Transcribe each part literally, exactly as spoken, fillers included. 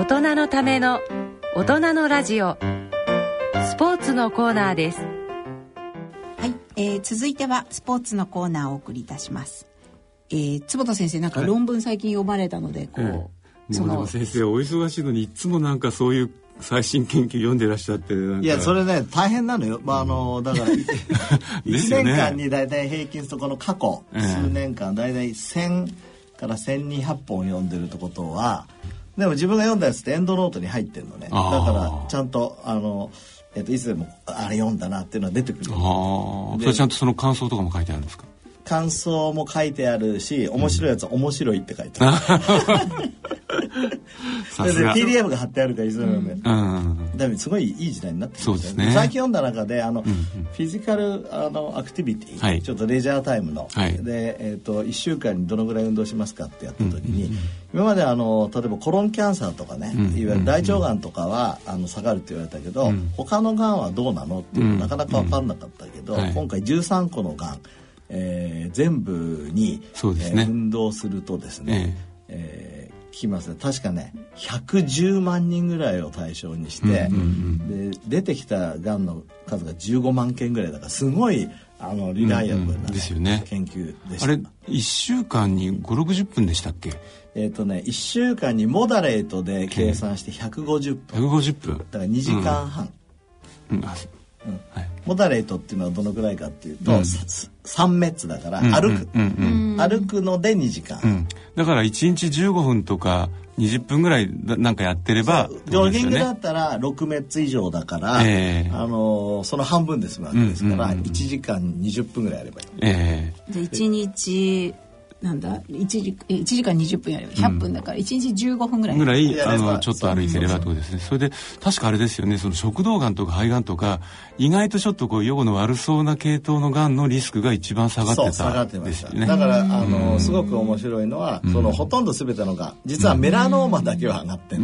大人のための大人のラジオスポーツのコーナーです。 はい、えー、続いてはスポーツのコーナーをお送りいたします。えー、坪田先生、なんか論文最近読まれたので、こう、はい、 そのもう先生お忙しいのにいつもなんかそういう最新研究読んでらっしゃって、なんかいやそれね大変なのよ、まあ、あのだからいちねんかんにだいたい平均するとこの過去数年間だいたいせんからせんにひゃっぽん読んでるってことは、でも自分が読んだやつってエンドノートに入ってるのね。だからちゃんとあの、えっと、いつでもあれ読んだなっていうのは出てくる。 あそれちゃんとその感想とかも書いてあるんですか？ 感想も書いてあるし、面白いやつは面白いって書いてある。それで ピーディーエフ が貼ってあるからいつでも読める。だからすごいいい時代になってきましたね。最近読んだ中であの、うんうん、フィジカルあのアクティビティ、はい、ちょっとレジャータイムの、はい、で、えー、といっしゅうかんにどのぐらい運動しますかってやった時に、うんうんうん、今まであの例えばコロンキャンサーとかね、うんうんうん、いわゆる大腸がんとかはあの下がるって言われたけど、うん、他のがんはどうなのっていうのはなかなか分かんなかったけど、うんうん、今回じゅうさんこのがん、えー、全部に、そうですね、えー、運動するとですね、えーえー聞きますね。確かねひゃくじゅうまんにんぐらいを対象にして、うんうんうん、で出てきたがんの数がじゅうごまんけんぐらいだからすごいあのリライアブルな、ねうんうんですよね、研究でした。 あれいっしゅうかんにごじゅうろくじゅっぷんでしたっけ？ えっとねいっしゅうかんにモダレートで計算してひゃくごじゅっぷん、 ひゃくごじゅっぷんだからにじかんはん、うんうんうんはい、モダレートっていうのはどのくらいかっていうと、うん、さんメッツだから歩く、うんうんうん、歩くのでにじかん、うん、 だからいちにちじゅうごふんとかにじゅっぷんぐらいなんかやってれば、 ジョギングだったらろくメッツ以上だから、えーあのー、その半分で済むわけですから、うんうんうん、いちじかんにじゅっぷんぐらいやればいい、 えー、でいちにちなんだ 1, 時いちじかんにじゅっぷんやればひゃっぷんだからいちにちじゅうごふんぐらい、 ぐらいあのちょっと歩いてればってことですね。それで確かあれですよね、その食道がんとか肺がんとか意外とちょっとこう予後の悪そうな系統のがんのリスクが一番下がってた。 そう下がってました、ね、だからあのすごく面白いのはそのほとんど全てのがん実はメラノーマだけは上がってる、うん、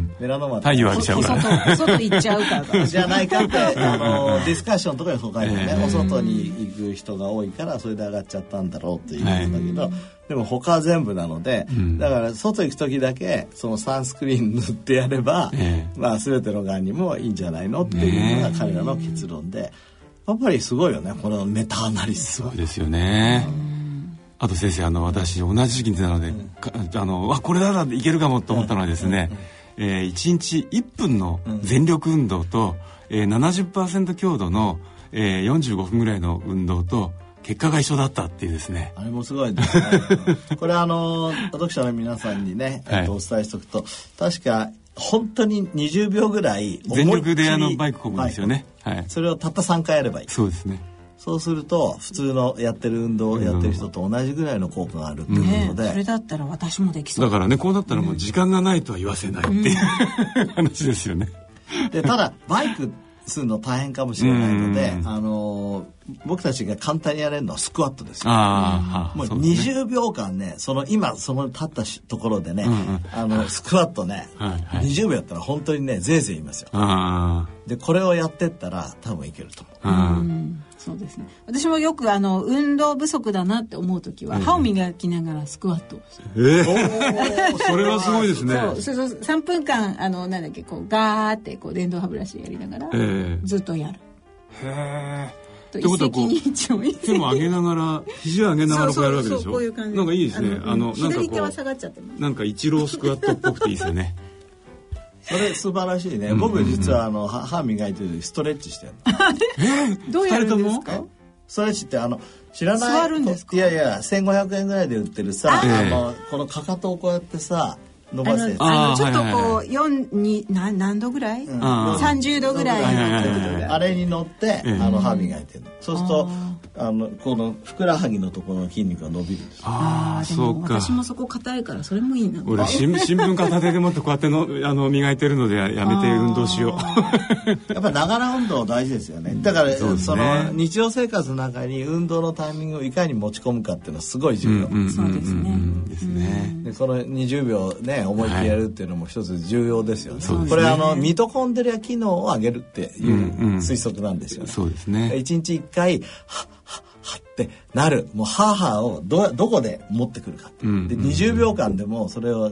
メラノーマ太陽浴びちゃうから、 外行っちゃうからじゃないかってあのディスカッションとかにそう書いてね、えー、お外に行く人が多いからそれで上がっちゃったんだろうっていうんだけど、はい、でも他は全部なので、うん、だから外行く時だけそのサンスクリーン塗ってやれば、えーまあ、全てのがんにもいいんじゃないのっていうのが彼らの結論で、やっぱりすごいよねこのメタアナリシスは。 そうですよね。あと先生あの私同じ時期なので、うん、あのわこれならいけるかもと思ったのはですね、うんうんえー、いちにちいっぷんの全力運動と、うんえー、ななじゅっパーセント 強度の、えー、よんじゅうごふんぐらいの運動と結果が一緒だったっていうですね。 あれもすごいですね。これあの読者の皆さんにね、えっと、お伝えしておくと、確か本当ににじゅうびょうぐらい全力であのバイクこぐんですよね、 はいはい、それをたったさんかいやればいい。 そうですね。 そうすると普通のやってる運動をやってる人と同じぐらいの効果があるっていうことで、 ね、それだったら私もできそう。 だからねこうなったらもう時間がないとは言わせないっていう、うん、話ですよね。 でただバイクするの大変かもしれないので、あの僕たちが簡単にやれるのはスクワットですよ。あもうにじゅうびょうかんね、その今その立ったところでね、うんうん、あのスクワットね、はいはい、にじゅうびょうやったら本当にねぜいぜい言いますよ。あでこれをやってったら多分いけると思う。 あうんそうですね。私もよくあの運動不足だなって思うときは、うん、歯を磨きながらスクワットをする。えー、それはすごいですね。 そうそうそうさんぷんかんあのなんだっけこうガーってこう電動歯ブラシやりながら、えー、ずっとやる。へー。 と一石二鳥。手も上げながら肘を上げながらこうやるわけでしょ。そうそうそうこういう感じ。なんかいいですね。あの、あの左手は下がっちゃってます。 なんかイチロースクワットっぽくていいですよね。 それ素晴らしいね。僕実はあの歯磨いてる時ストレッチしてる。 えどうやるんですか？ ストレッチってあの知らない。 座るんですか？ いやいやせんごひゃくえんぐらいで売ってるさ、あのこのかかとをこうやってさ伸ばせ。 あのちょっとこうよんに何何度ぐらい？さんじゅうどぐらい。 あれに乗ってあの歯磨いてる。そうするとあのこのふくらはぎのところの筋肉が伸びるんです。 ああ、そうか。私もそこ硬いからそれもいいな。 俺新新聞片手でもってこうやってのあの磨いてるのでやめて運動しよう。やっぱながら運動大事ですよね。だからそ、ね、その日常生活の中に運動のタイミングをいかに持ち込むかっていうのはすごい重要。 そうですね。 ですね。でこのにじゅうびょうね思いっきりやるっていうのも一つ重要ですよね。はい、これあのミトコンドリア機能を上げるっていう推測なんですよね。 そうですね。 いちにちいっかいはははってなるもうハーハーを ど, どこで持ってくるか、うん、でにじゅうびょうかんでもそれが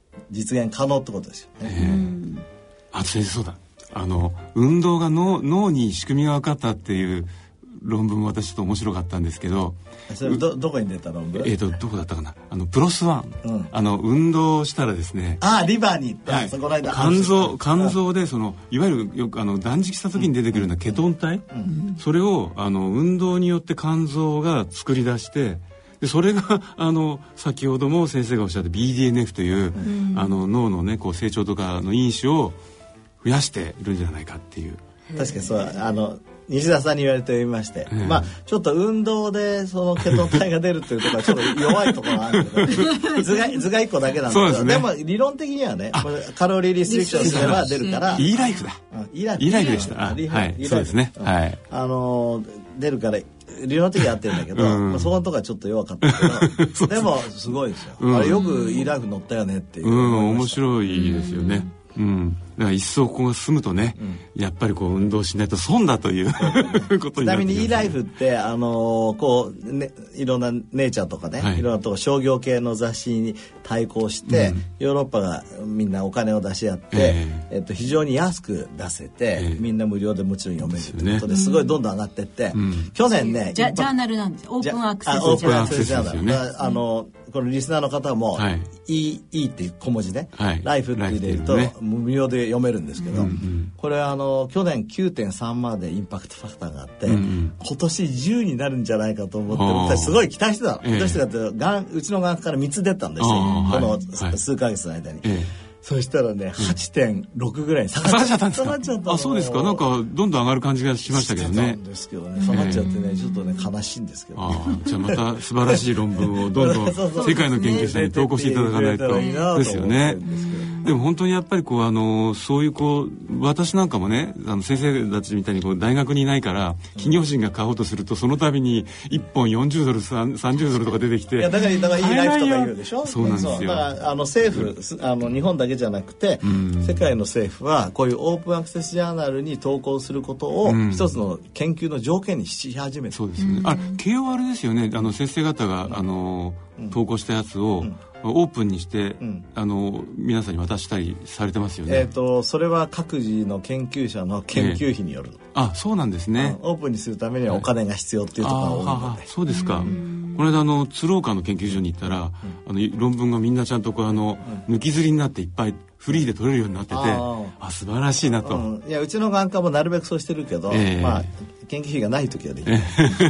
実現可能ってことですよね。えー、 あと先生そうだ、あの運動が 脳, 脳に仕組みが分かったっていう論文も私ちょっと面白かったんですけど、 それ ど, どこに出た論文？ えーとどこだったかな、あのプロスワン、うん、あの運動したらですね、 あリバーに行って、はい、そこら間肝臓肝臓でそのいわゆるよくあの断食した時に出てくるようなケトン体、うんうん、それをあの運動によって肝臓が作り出して、でそれがあの先ほども先生がおっしゃった ビーディーエヌエフ という、うん、あの脳のねこう成長とかの因子を増やしているんじゃないかっていう。 確かにそうあの西田さんに言われておりまして、うん、まあちょっと運動でそのケトン体が出るというところはちょっと弱いところがあるけど図が図がいっこだけなんだけど、 で,、ね、でも理論的にはねカロリーリストリクションすれば出るから、 E ライフだ、 うん、E ライフ E ライフでした。はい、そうですね、はい、 あの出るから理論的にやってるんだけど、うんまあ、そこのとこはちょっと弱かったけどでもすごいですよ、うん、あれよく E ライフ乗ったよねっていう、 うん、面白いですよね、うん、だから一層ここが進むとね、うん、やっぱりこう運動しないと損だということになってきます、ね、ちなみに E ライフってあのー、こう、ね、いろんなネイチャーとかね、はい、いろんなとこ商業系の雑誌に対抗して、うん、ヨーロッパがみんなお金を出し合って、えーえっと、非常に安く出せて、えー、みんな無料でもちろん読めるということですごいどんどん上がってって、うん、去年ねジャ、ジャーナルなんです。オープンアクセスオープンアクセスジャーナル、 ね、あのこのリスナーの方も、はい、E, E っていう小文字ね、はい、ライフって入れると、ね、無料で読めるんですけど、うんうん、これあの去年 きゅうてんさん までインパクトファクターがあって、うんうん、今年じゅうになるんじゃないかと思って私すごい期待してたの、えー、私だってがんうちの眼科からみっつ出たんですよ、この、はい、数ヶ月の間に、えーそしたらね はちてんろく ぐらいに下がっちゃったんですか。 あ、そうですか。なんかどんどん上がる感じがしましたけどね。 してたんですけどね、下がっちゃってねちょっとね悲しいんですけど、ね、 あじゃあまた素晴らしい論文をどんどん世界の研究者に投稿していただかないとですよね。でも本当にやっぱりこうあのそういうこう私なんかもねあの先生たちみたいにこう大学にいないから企業人が買おうとするとその度にいっぽんよんじゅうドルさんじゅうドルとか出てきて、いやだからだから E ライフとか言うでしょ。 そうなんですよ。 だからあの政府あの日本だけじゃなくて、うん、世界の政府はこういうオープンアクセスジャーナルに投稿することを一つの研究の条件にし始めた。 そうですね。あ慶応あれですよね。あの先生方が、うん、あの投稿したやつを、うんオープンにして、うん、あの皆さんに渡したりされてますよね。 えーと、それは各自の研究者の研究費による、 えー、あそうなんですね。 オープンにするためにはお金が必要っていうところが多いので、 そうですか。この間あの鶴岡の研究所に行ったら、うん、あの論文がみんなちゃんとこうあの、うん、抜き刷りになっていっぱいフリーで取れるようになってて、ああ素晴らしいなと、うん、 いやうちの眼科もなるべくそうしてるけど、えー、まあ研究費がない時はできない、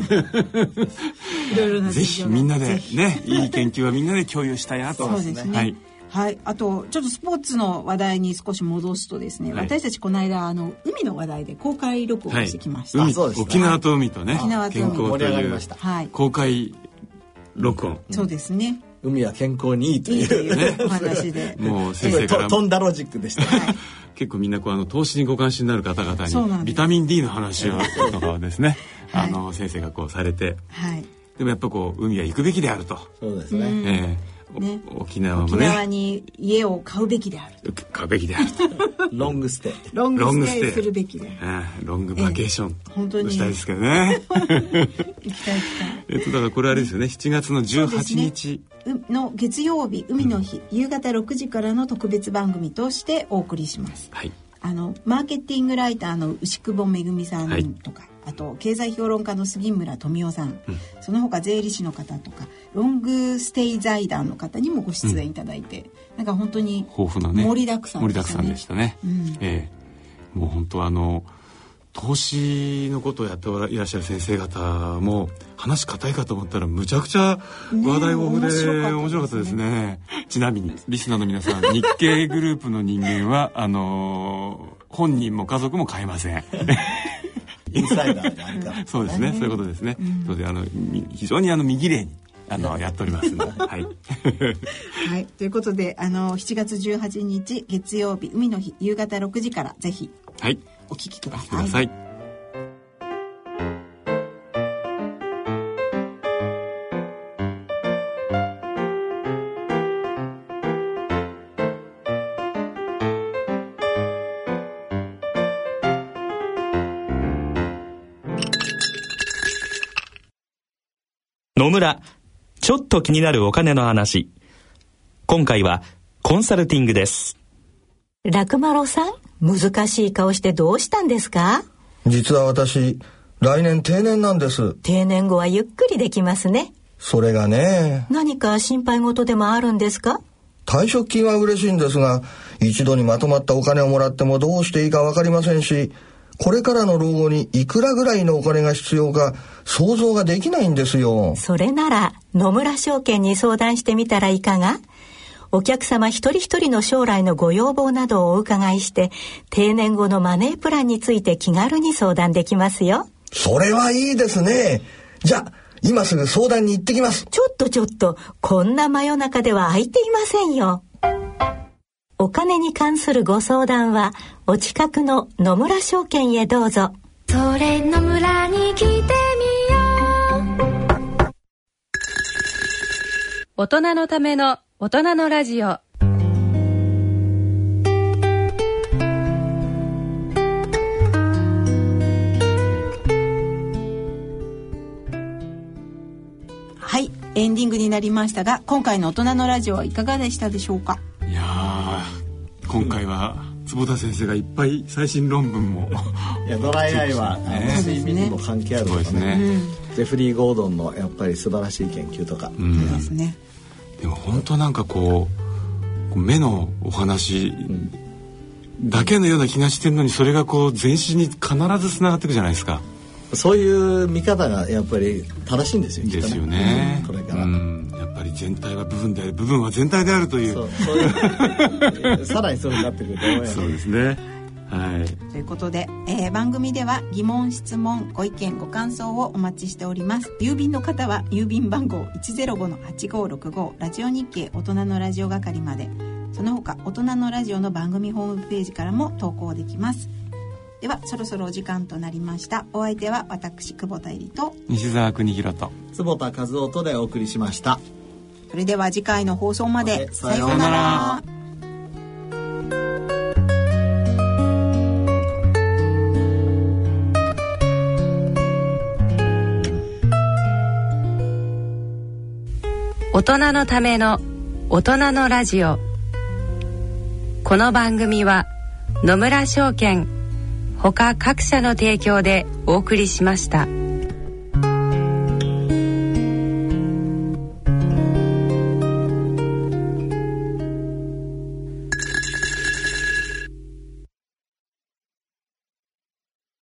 えー、ぜひみんなでねいい研究はみんなで共有したいなと。 そうですね、はいはい、あとちょっとスポーツの話題に少し戻すとですね、はい、私たちこの間あの海の話題で公開録音してきました、 はい、海沖縄と海とね沖縄と海健康という公開録音、 うん、そうですね海は健康にいいという、いいね、お話でもう先生から飛んだロジックでした、はい、 結構みんなこうあの投資にご関心になる方々にビタミン D の話をとかですね、はい、あの先生がこうされて、はい、でもやっぱこう海は行くべきであると。 そうですね、 えーね、沖縄もね沖縄に家を買うべきである買うべきであるロングステイロングステイするべきでああロングバケーション、 えー、本当にしたいですけどね行きたい行きたいえっとだからこれあれですよねしちがつのじゅうはちにち、 ね、の月曜日海の日、うん、夕方ろくじからの特別番組としてお送りします、はい、あのマーケティングライターの牛久保めぐみさんとか、はい、あと経済評論家の杉村富夫さん、うん、その他税理士の方とかロングステイ財団の方にもご出演いただいて、うん、なんか本当に豊富なね盛りだくさんでしたね。 盛りだくさんでしたね、うんえー、もう本当あの投資のことをやっていらっしゃる先生方も話硬いかと思ったらむちゃくちゃ話題豊富で、ね、面白かったですね。ちなみにリスナーの皆さん日経グループの人間はあのー、本人も家族も買えませんインサイダーがあるから、ね、 そうですねそういうことですね、うん、そうであの非常にあの身綺麗にあのやっておりますのではい、 はい、ということであのしちがつじゅうはちにち月曜日海の日夕方ろくじからぜひお聞きください、はい、ください。 野村、ちょっと気になるお金の話。今回はコンサルティングです。 楽丸さん、難しい顔してどうしたんですか？ 実は私、来年定年なんです。 定年後はゆっくりできますね。 それがね。 何か心配事でもあるんですか？ 退職金は嬉しいんですが、一度にまとまったお金をもらってもどうしていいか分かりませんし、これからの老後にいくらぐらいのお金が必要か想像ができないんですよ。 それなら野村証券に相談してみたらいかが？お客様一人一人の将来のご要望などをお伺いして、定年後のマネープランについて気軽に相談できますよ。 それはいいですね。じゃあ今すぐ相談に行ってきます。 ちょっとちょっと、こんな真夜中では空いていませんよ。お金に関するご相談はお近くの野村証券へどうぞ。 それ野村に来てみよう。 大人のための大人のラジオ。 はい、エンディングになりましたが、今回の大人のラジオはいかがでしたでしょうか？ いやー、今回は坪田先生がいっぱい最新論文もいやドライアイは、ね、睡眠にも関係あるとか ね, ですね、うん、ジェフリー・ゴードンのやっぱり素晴らしい研究とか、うん、ですね。 でも本当なんかこう目のお話だけのような気がしてるのに、それがこう全身に必ずつながっていくじゃないですか。 そういう見方がやっぱり正しいんですよ。 ですよね。 うん、これから、うん、 やっぱり全体は部分である、部分は全体であるという。 そう、そういうさらにそうになってくると思います。 そうですね。はい。 ということで、えー、番組では疑問、質問、ご意見、ご感想をお待ちしております。郵便の方は郵便番号 いちゼロごのはちごろくご ラジオ日経大人のラジオ係まで。その他大人のラジオの番組ホームページからも投稿できます。ではそろそろお時間となりました。お相手は私久保田恵里と西澤邦弘と坪田和夫とでお送りしました。 それでは次回の放送まで、さようなら。 大人のための大人のラジオ。この番組は野村証券他各社の提供でお送りしました。